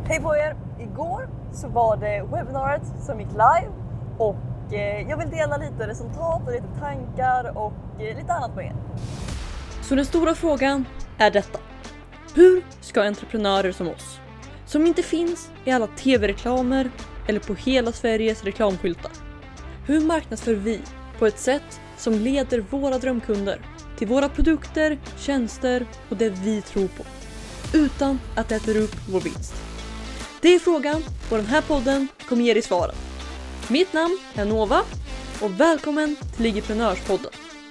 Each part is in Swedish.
Hej på er! Igår så var det webbinariet som gick live och jag vill dela lite resultat och lite tankar och lite annat med er. Så den stora frågan är detta. Hur ska entreprenörer som oss, som inte finns i alla tv-reklamer eller på hela Sveriges reklamskyltar, hur marknadsför vi på ett sätt som leder våra drömkunder till våra produkter, tjänster och det vi tror på, utan att det äter upp vår vinst? Det är frågan och den här podden kommer ge dig svaren. Mitt namn är Nova och välkommen till Ligiprenörspodden.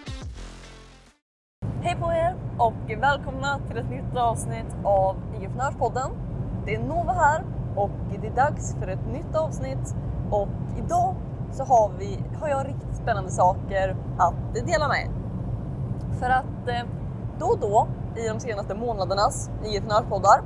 Hej på er och välkomna till ett nytt avsnitt av Ligiprenörspodden. Det är Nova här och det är dags för ett nytt avsnitt och idag så har jag riktigt spännande saker att dela med er. För att då och då i de senaste månadernas Ligiprenörpoddar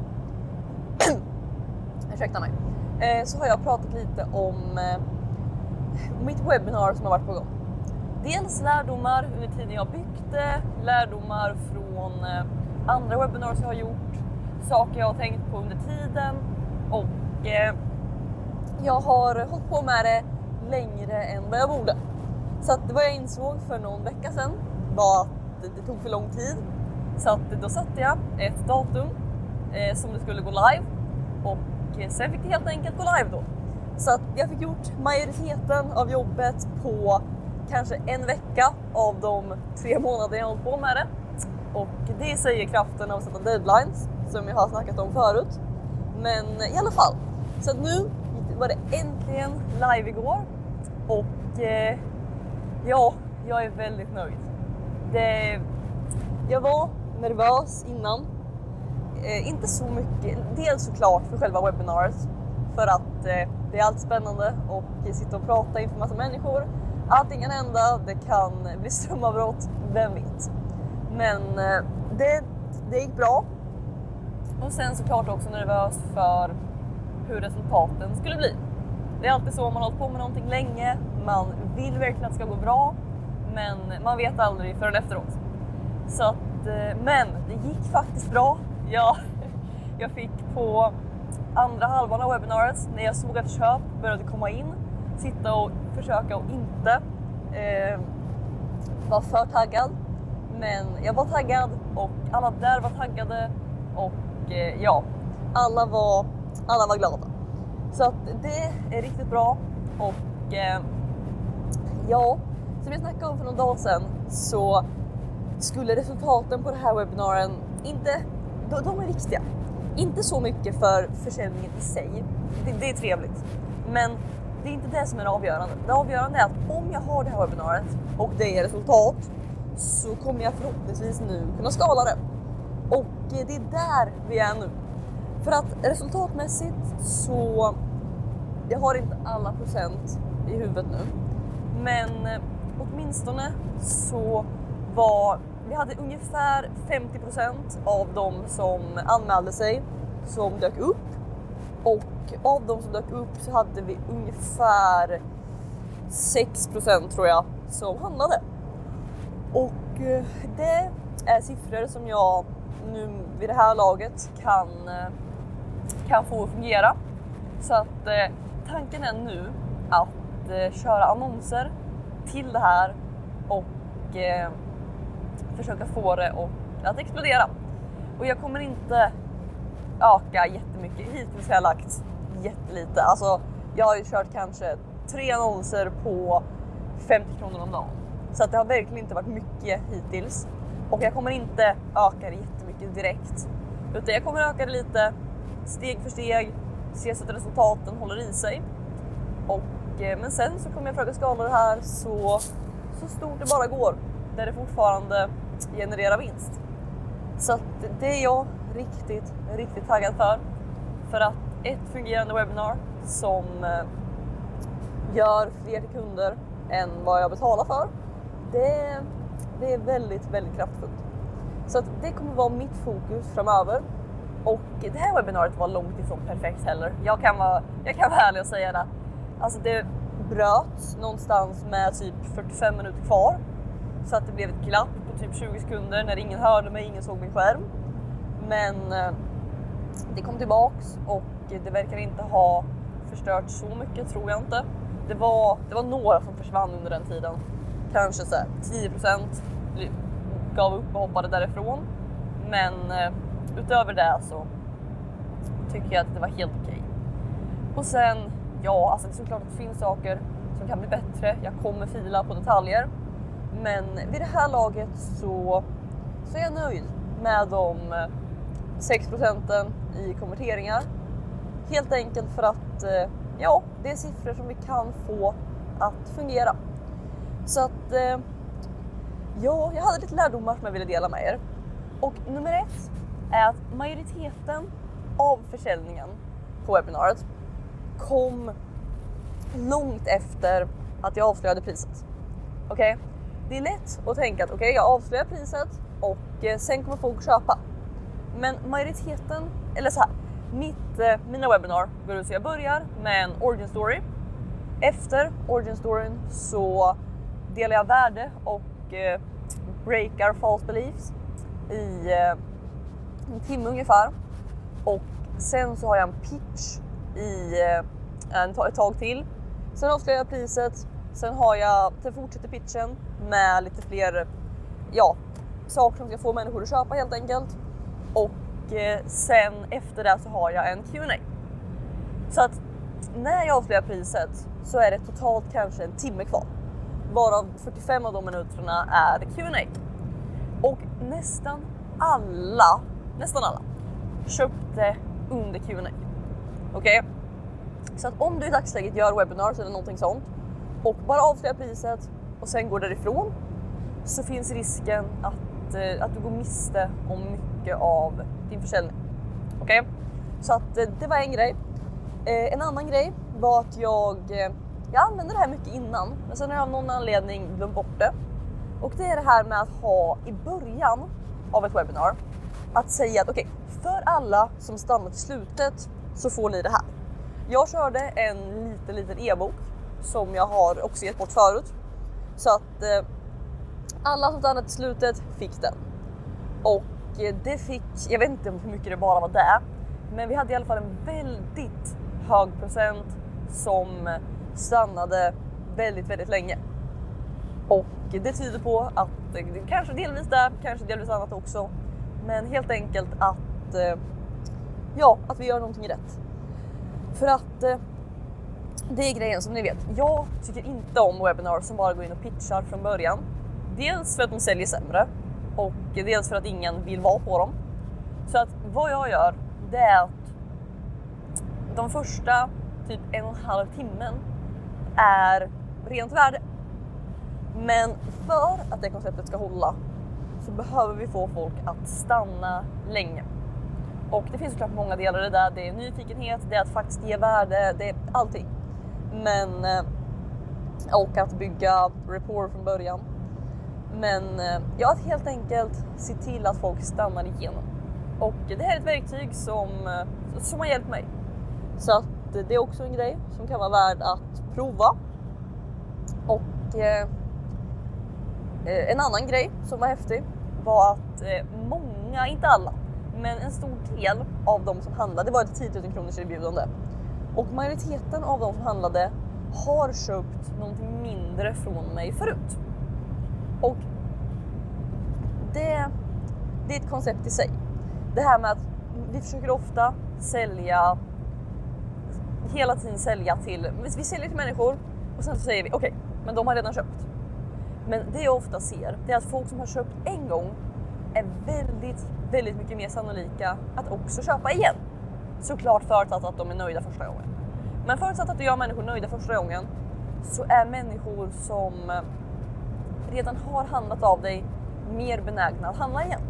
ursäkta mig, så har jag pratat lite om mitt webbinar som har varit på gång. Dels lärdomar under tiden jag byggde, lärdomar från andra webinars jag har gjort, saker jag har tänkt på under tiden och jag har hållit på med det längre än vad jag borde. Så att vad jag insåg för någon vecka sedan var att det tog för lång tid. Så att då satte jag ett datum som det skulle gå live och sen fick det helt enkelt gå live då. Så att jag fick gjort majoriteten av jobbet på kanske en vecka av de 3 månader jag har hållit på med det. Och det säger kraften av att sätta deadlines som jag har snackat om förut. Men i alla fall, så att nu var det äntligen live igår. Och ja, jag är väldigt nöjd. Jag var nervös innan. Inte så mycket, dels såklart för själva webbinariet. För att det är alltid spännande och sitta och prata inför massa människor. Allting kan hända, det kan bli strömavbrott, vem vet. Men det gick bra. Och sen såklart också nervös för hur resultaten skulle bli. Det är alltid så, man har hållit på med någonting länge, man vill verkligen att det ska gå bra, men man vet aldrig förrän efteråt. Så att, men det gick faktiskt bra. Jag fick på andra halvan av webbinariet, när jag såg att köp började komma in, sitta och försöka och inte vara för taggad. Men jag var taggad och alla där var taggade och ja, alla var glada. Så att det är riktigt bra och ja, som jag snackade om för någon dag sedan så skulle resultaten på det här webbinarien inte, de är viktiga. Inte så mycket för försäljningen i sig, det är trevligt. Men det är inte det som är avgörande. Det avgörande är att om jag har det här webbinariet och det är resultat så kommer jag förhoppningsvis nu kunna skala det. Och det är där vi är nu. För att resultatmässigt så, jag har inte alla procent i huvudet nu. Men åtminstone så vi hade ungefär 50% av de som anmälde sig som dök upp. Och av de som dök upp så hade vi ungefär 6% tror jag som handlade. Och det är siffror som jag nu vid det här laget kan få att fungera. Så att tanken är nu att köra annonser till det här och försöka få det att explodera. Och jag kommer inte öka jättemycket. Hittills har jag lagt jättelite. Alltså jag har ju kört kanske 3 annonser på 50 kronor om dagen. Så att det har verkligen inte varit mycket hittills. Och jag kommer inte öka det jättemycket direkt. Utan jag kommer öka det lite steg för steg. Se så att resultaten håller i sig. Och, men sen så kommer jag försöka skala det här så stort det bara går. Där det fortfarande genererar vinst. Så att det är jag riktigt taggad för att ett fungerande webbinar som gör fler till kunder än vad jag betalar för, det är väldigt kraftfullt. Så att det kommer vara mitt fokus framöver. Och det här webbinariet var långt ifrån perfekt heller. Jag kan vara ärlig och säga det. Alltså det bröts någonstans med typ 45 minuter kvar. Så att det blev ett glapp på typ 20 sekunder när ingen hörde mig, ingen såg min skärm. Men det kom tillbaks och det verkar inte ha förstört så mycket, tror jag inte. Det var några som försvann under den tiden. Kanske så här 10% gav upp och hoppade därifrån. Men utöver det så tycker jag att det var helt okej. Och sen, ja, alltså det är såklart att det finns saker som kan bli bättre. Jag kommer fila på detaljer. Men vid det här laget så är jag nöjd med de 6% i konverteringar. Helt enkelt för att ja, det är siffror som vi kan få att fungera. Så att ja, jag hade lite lärdomar som jag ville dela med er. Och nummer 1 är att majoriteten av försäljningen på webbinariet kom långt efter att jag avslöjade priset. Okej? Det är lätt att tänka att okej, jag avslöjar priset och sen kommer folk köpa. Men majoriteten, eller så här, mina webbinar går ut så jag börjar med en origin story. Efter origin storyn så delar jag värde och breakar false beliefs i en timme ungefär. Och sen så har jag en pitch i ett tag till. Sen avslöjar jag priset. Sen fortsätter pitchen med lite fler saker som ska få människor att köpa helt enkelt. Och sen efter det så har jag en Q&A. Så att när jag avslöjar priset så är det totalt kanske en timme kvar. Varav 45 av de minuterna är Q&A. Och nästan alla köpte under Q&A. Okej? Så att om du i dagsläget gör webinars eller någonting sånt och bara avslöjar priset och sen går därifrån, så finns risken att du går miste om mycket av din försäljning. Okej? Så att det var en grej. En annan grej var att jag använde det här mycket innan, men sen har jag av någon anledning glömt bort det. Och det är det här med att ha i början av ett webinar att säga att okej, för alla som stannar till slutet så får ni det här. Jag körde en liten e-bok som jag har också gett bort förut. Så att alla som stannade till slutet fick den. Och det fick, jag vet inte hur mycket det bara var det, men vi hade i alla fall en väldigt hög procent som stannade väldigt, väldigt länge. Och det tyder på att kanske delvis där, kanske delvis annat också. Men helt enkelt att vi gör någonting rätt. För att det är grejen som ni vet. Jag tycker inte om webinars som bara går in och pitchar från början. Dels för att de säljer sämre och dels för att ingen vill vara på dem. Så att vad jag gör, det är att de första typ 1,5 timmen är rent värde. Men för att det konceptet ska hålla så behöver vi få folk att stanna länge. Och det finns såklart många delar i det där. Det är nyfikenhet, det är att faktiskt ge värde, det är allting. Men, och att bygga rapport från början. Men att helt enkelt se till att folk stannar igenom. Och det här är ett verktyg som har hjälpt mig. Så att det är också en grej som kan vara värd att prova. Och en annan grej som var häftig var att många, inte alla, men en stor del av de som handlade, det var ett 10 000 kronors erbjudande. Och majoriteten av de som handlade har köpt någonting mindre från mig förut. Och det är ett koncept i sig. Det här med att vi försöker ofta hela tiden sälja till, vi säljer till människor och sen så säger vi okej, men de har redan köpt. Men det jag ofta ser, det är att folk som har köpt en gång är väldigt, väldigt mycket mer sannolika att också köpa igen. Såklart förutsatt att de är nöjda första gången. Men förutsatt att du gör människor nöjda första gången, så är människor som redan har handlat av dig mer benägna att handla igen.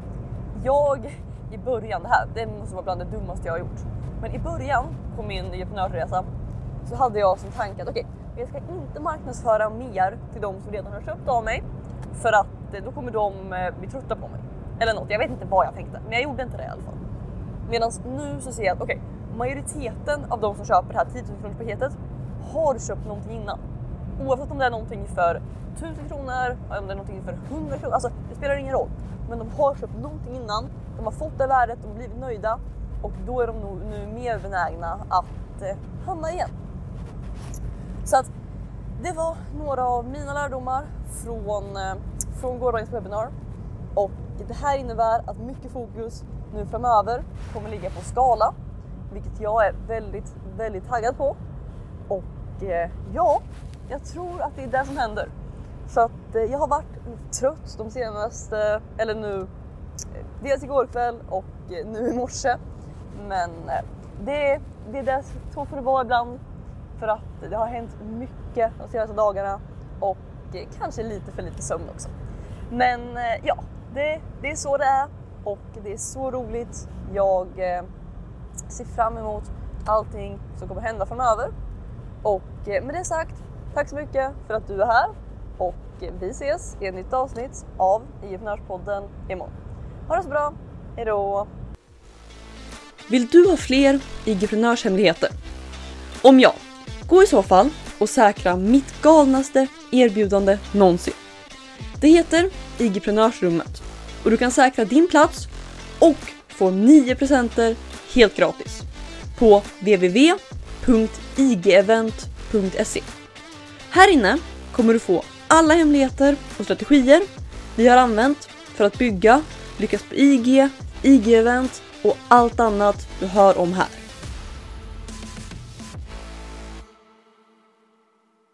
I början, det måste vara bland det dummaste jag har gjort. Men i början på min entreprenörsresa så hade jag som tanke att jag ska inte marknadsföra mer till de som redan har köpt av mig, för att då kommer de bli trötta på mig. Eller något, jag vet inte vad jag tänkte, men jag gjorde inte det i alla fall. Medan nu så ser jag att majoriteten av de som köper det här 10 000 kronors paketet har köpt någonting innan. Oavsett om det är någonting för 1000 kronor, om det är någonting för 100 kronor, alltså det spelar ingen roll. Men de har köpt någonting innan, de har fått det värdet, de har blivit nöjda och då är de nog nu mer benägna att hamna igen. Så att det var några av mina lärdomar från gårdagens webbinar, och det här innebär att mycket fokus nu framöver kommer ligga på skala, vilket jag är väldigt, väldigt taggad på. Och ja, jag tror att det är det som händer. Så att jag har varit trött de senaste, eller nu, dels igår kväll och nu i morse. Men det är det, så får det vara ibland, för att det har hänt mycket de senaste dagarna och kanske lite för lite sömn också. Men ja, det är så det är, och det är så roligt. Jag ser fram emot allting som kommer hända framöver. Och med det sagt, tack så mycket för att du är här, och vi ses i ett nytt avsnitt av IGprenörspodden imorgon. Ha det så bra, hejdå! Vill du ha fler IGprenörshemligheter? Om ja, gå i så fall och säkra mitt galnaste erbjudande någonsin. Det heter IGprenörsrummet, och du kan säkra din plats och få 9 presenter helt gratis på www.igevent.se. Här inne kommer du få alla hemligheter och strategier vi har använt för att bygga, lyckas på IG, IG-event och allt annat du hör om här.